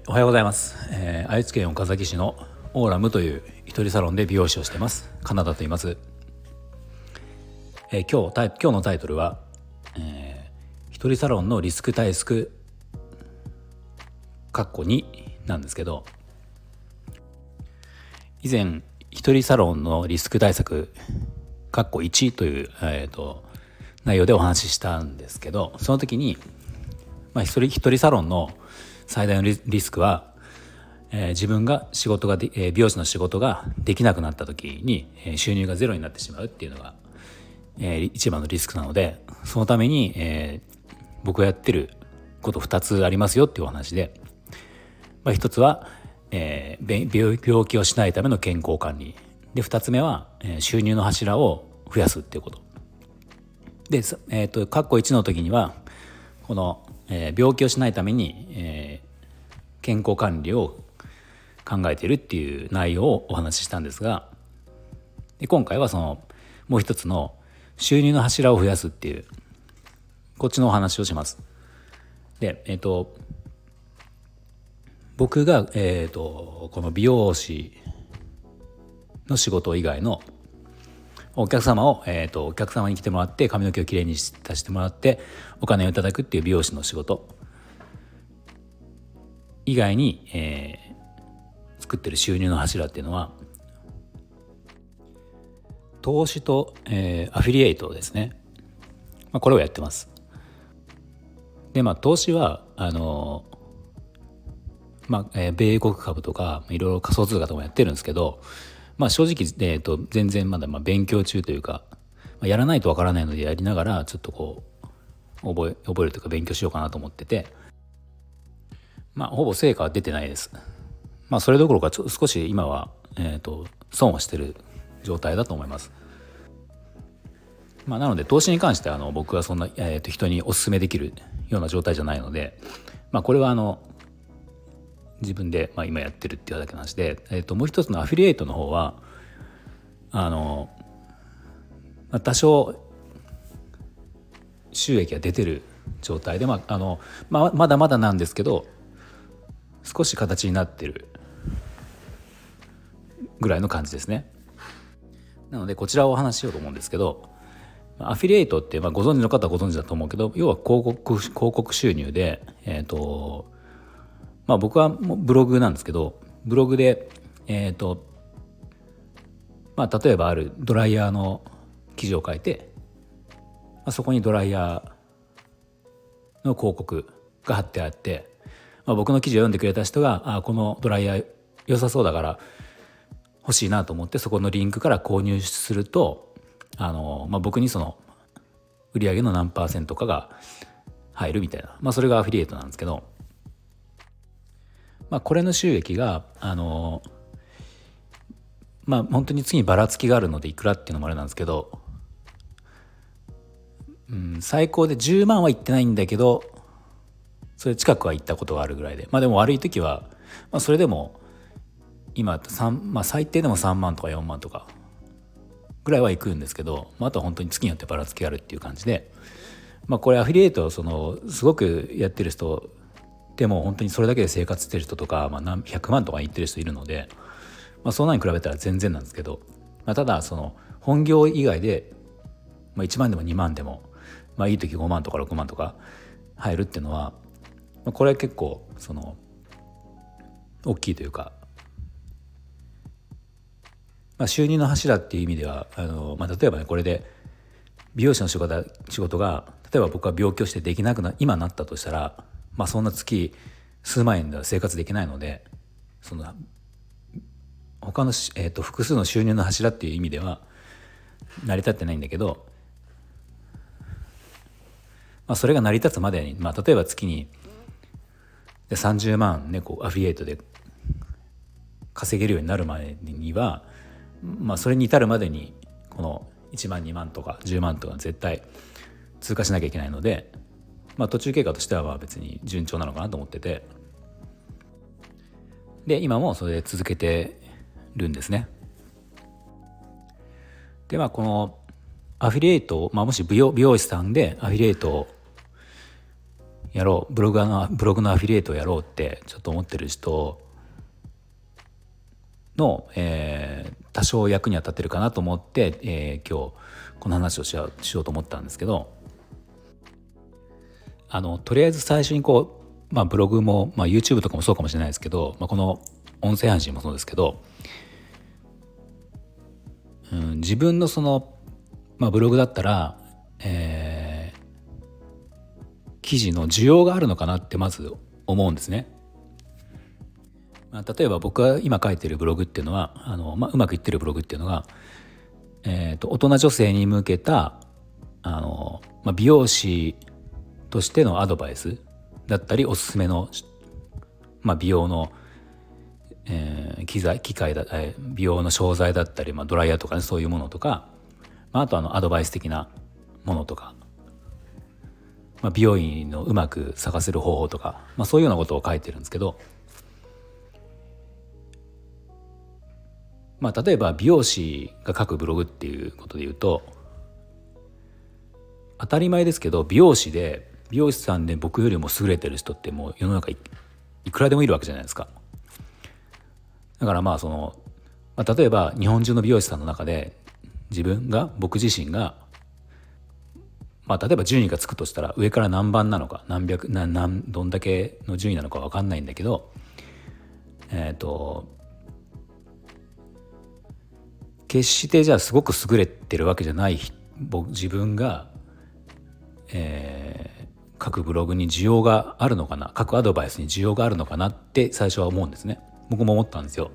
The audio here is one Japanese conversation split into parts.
おはようございます。愛知県岡崎市のオーラムという一人サロンで美容師をしていますカナダと言います。今日のタイトルは、一人サロンのリスク対策2なんですけど、以前一人サロンのリスク対策1という、内容でお話ししたんですけど、その時に、一人サロンの最大のリスクは、自分が美容師の仕事ができなくなった時に、収入がゼロになってしまうっていうのが、一番のリスクなので、そのために、僕がやってること2つありますよっていうお話で、1つは、病気をしないための健康管理で、2つ目は、収入の柱を増やすっていうことで、1の時にはこの、病気をしないために、健康管理を考えているっていう内容をお話ししたんですが、で今回はそのもう一つの収入の柱を増やすっていうこっちのお話をします。で、僕が、この美容師の仕事以外のお客様に来てもらって髪の毛をきれいにさせてもらってお金をいただくっていう美容師の仕事以外に、作ってる収入の柱っていうのは投資と、アフィリエイトですね。これをやってます。で、投資は米国株とかいろいろ仮想通貨とかもやってるんですけど、正直、全然まだ勉強中というか、やらないとわからないのでやりながらちょっとこう覚えるというか勉強しようかなと思ってて、ほぼ成果は出てないです。それどころか少し今は、損をしてる状態だと思います。なので投資に関しては僕はそんな、人にお勧めできるような状態じゃないので、これは自分で、今やってるっていうだけの話で、もう一つのアフィリエイトの方は多少収益が出てる状態で、まだまだなんですけど少し形になってるぐらいの感じですね。なのでこちらをお話ししようと思うんですけど、アフィリエイトって、ご存知の方はご存知だと思うけど、要は広告収入で、僕はブログなんですけど、ブログで例えばあるドライヤーの記事を書いて、そこにドライヤーの広告が貼ってあって、僕の記事を読んでくれた人がこのドライヤー良さそうだから欲しいなと思ってそこのリンクから購入すると、僕にその売上の何%かが入るみたいな、それがアフィリエイトなんですけど、これの収益が本当に次にばらつきがあるのでいくらっていうのもあれなんですけど、最高で10万はいってないんだけど、それ近くは行ったことがあるぐらいで、でも悪い時は、それでも今最低でも3万とか4万とかぐらいは行くんですけど、あとは本当に月によってばらつきがあるっていう感じで、これアフィリエイトすごくやってる人でも本当にそれだけで生活してる人とか、何100万とか言ってる人いるので、そんなに比べたら全然なんですけど、ただその本業以外で、1万でも2万でも、いい時5万とか6万とか入るっていうのは、これは結構大きいというか、収入の柱っていう意味では例えばね、これで美容師の仕事が例えば僕は病気をしてできなく今なったとしたら、そんな月数万円では生活できないので、その他の、複数の収入の柱っていう意味では成り立ってないんだけど、それが成り立つまでに、例えば月に30万ね、アフィリエイトで稼げるようになるまでには、それに至るまでにこの1万2万とか10万とか絶対通過しなきゃいけないので、途中経過としては別に順調なのかなと思ってて、で今もそれで続けてるんですね。でこのアフィリエイトを、もし美容師さんでアフィリエイトをやろう、ブログのアフィリエイトをやろうってちょっと思ってる人の、多少役には立ってるかなと思って、今日この話をしようと思ったんですけど、とりあえず最初にブログも、YouTube とかもそうかもしれないですけど、この音声配信もそうですけど、自分のその、ブログだったら、記事の需要があるのかなってまず思うんですね。例えば僕が今書いてるブログっていうのはうまくいってるブログっていうのが、大人女性に向けた美容師としてのアドバイスだったり、おすすめの、美容の、機械だ、美容の商材だったり、ドライヤーとかね、そういうものとか、あとアドバイス的なものとか、美容院のうまく探せる方法とか、そういうようなことを書いてるんですけど、例えば美容師が書くブログっていうことで言うと、当たり前ですけど、美容師さんで僕よりも優れてる人ってもう世の中いくらでもいるわけじゃないですか。だから例えば日本中の美容師さんの中で僕自身が、例えば順位がつくとしたら、上から何番なのかどんだけの順位なのか分かんないんだけど、決してじゃあすごく優れてるわけじゃない自分が、書くブログに需要があるのかな、書くアドバイスに需要があるのかなって最初は思うんですね。僕も思ったんですよ。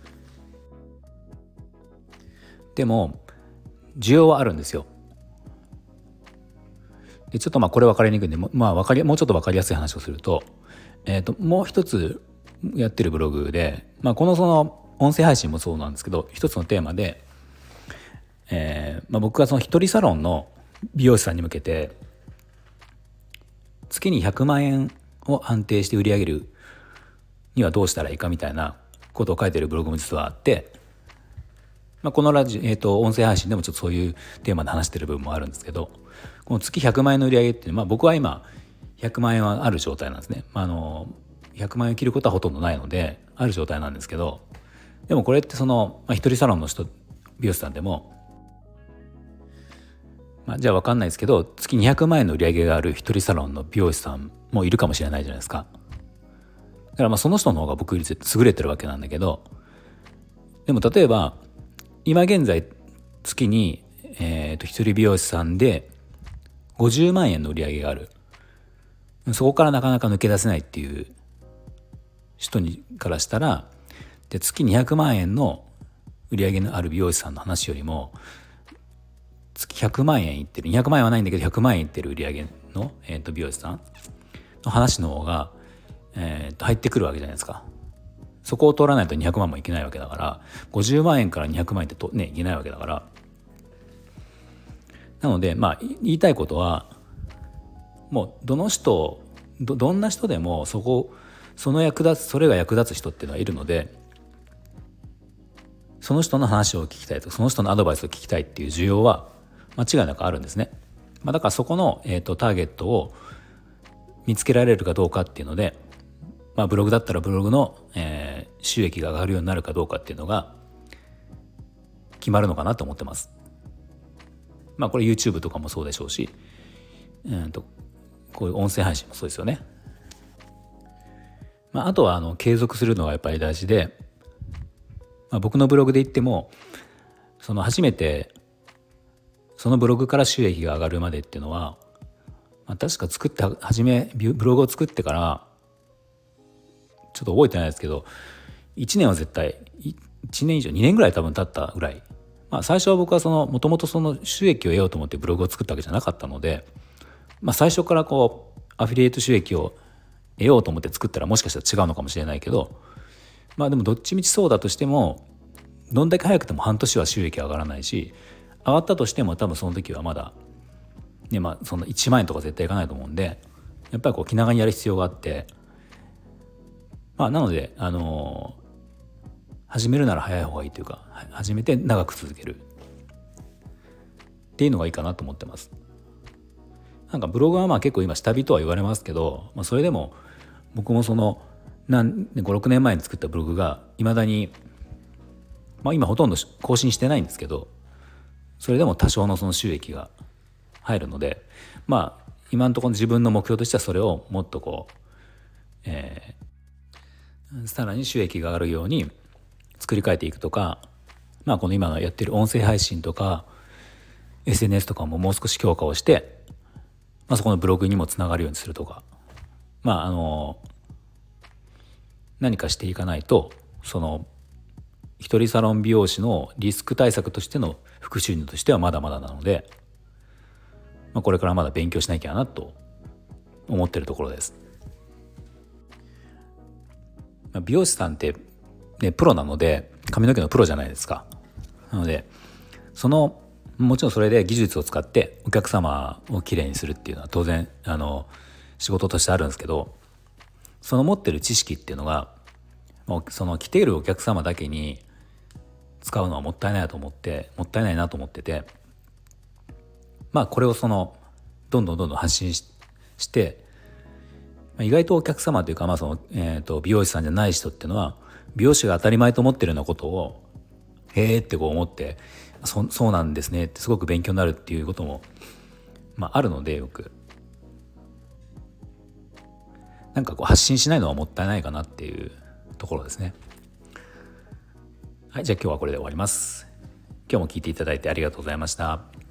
でも需要はあるんですよ。でちょっとこれ分かりにくいんで、もうちょっと分かりやすい話をすると、もう一つやってるブログで、このその音声配信もそうなんですけど、一つのテーマで、僕がその一人サロンの美容師さんに向けて月に100万円を安定して売り上げるにはどうしたらいいかみたいなことを書いてるブログも実はあって、この音声配信でもちょっとそういうテーマで話してる部分もあるんですけど、この月100万円の売り上げっていうのは、僕は今100万円はある状態なんですね。100万円を切ることはほとんどないのである状態なんですけど、でもこれってその、一人サロンの美容師さんでも、じゃあ分かんないですけど、月200万円の売り上げがある一人サロンの美容師さんもいるかもしれないじゃないですか。だからその人の方が僕より優れてるわけなんだけど、でも例えば今現在月に、一人美容師さんで50万円の売り上げがある、そこからなかなか抜け出せないっていう人からしたら、で月200万円の売り上げのある美容師さんの話よりも、月100万円いってる、200万円はないんだけど100万円いってる売り上げの、美容師さんの話の方が、入ってくるわけじゃないですか。そこを通らないと200万もいけないわけだから、50万円から200万円っていけないわけだから。なので言いたいことは、もうどんな人でもそれが役立つ人っていうのはいるので、その人の話を聞きたいとか、その人のアドバイスを聞きたいっていう需要は間違いなくあるんですね。だからそこの、ターゲットを見つけられるかどうかっていうので、ブログだったらブログの、収益が上がるようになるかどうかっていうのが決まるのかなと思ってます。これ YouTube とかもそうでしょうし、こういう音声配信もそうですよね。あとは継続するのがやっぱり大事で、僕のブログで言っても、初めてそのブログから収益が上がるまでっていうのは、確かブログを作ってからちょっと覚えてないですけど、1年は絶対1年以上2年ぐらい多分経ったぐらい、最初は僕はもともとその収益を得ようと思ってブログを作ったわけじゃなかったので、最初からアフィリエイト収益を得ようと思って作ったらもしかしたら違うのかもしれないけど、でもどっちみちそうだとしても、どんだけ早くても半年は収益上がらないし、上がったとしても多分その時はまだ、そんな1万円とか絶対いかないと思うんで、やっぱり気長にやる必要があって、なので始めるなら早い方がいいというか、始めて長く続けるっていうのがいいかなと思ってます。 なんかブログはまあ結構今下火とは言われますけど、それでも僕もその5、6年前に作ったブログがいまだに、今ほとんど更新してないんですけど、それでも多少のその収益が入るので、今のところ自分の目標としてはそれをもっとさらに収益が上がるように作り変えていくとか、この今のやってる音声配信とか SNS とかももう少し強化をして、そこのブログにもつながるようにするとか、何かしていかないと、その一人サロン美容師のリスク対策としての副収入としてはまだまだなので、これからまだ勉強しなきゃなと思ってるところです。美容師さんって、プロなので、髪の毛のプロじゃないですか。なのでもちろんそれで技術を使ってお客様をきれいにするっていうのは当然仕事としてあるんですけど、その持ってる知識っていうのがその来ているお客様だけに使うのはもったいないなと思ってて、これをどんどん発信して、意外とお客様というか、美容師さんじゃない人っていうのは美容師が当たり前と思ってるようなことをへーって思って、そうなんですねってすごく勉強になるっていうことも、あるので、よく発信しないのはもったいないかなっていうところですね。はい、じゃあ今日はこれで終わります。今日も聞いていただいてありがとうございました。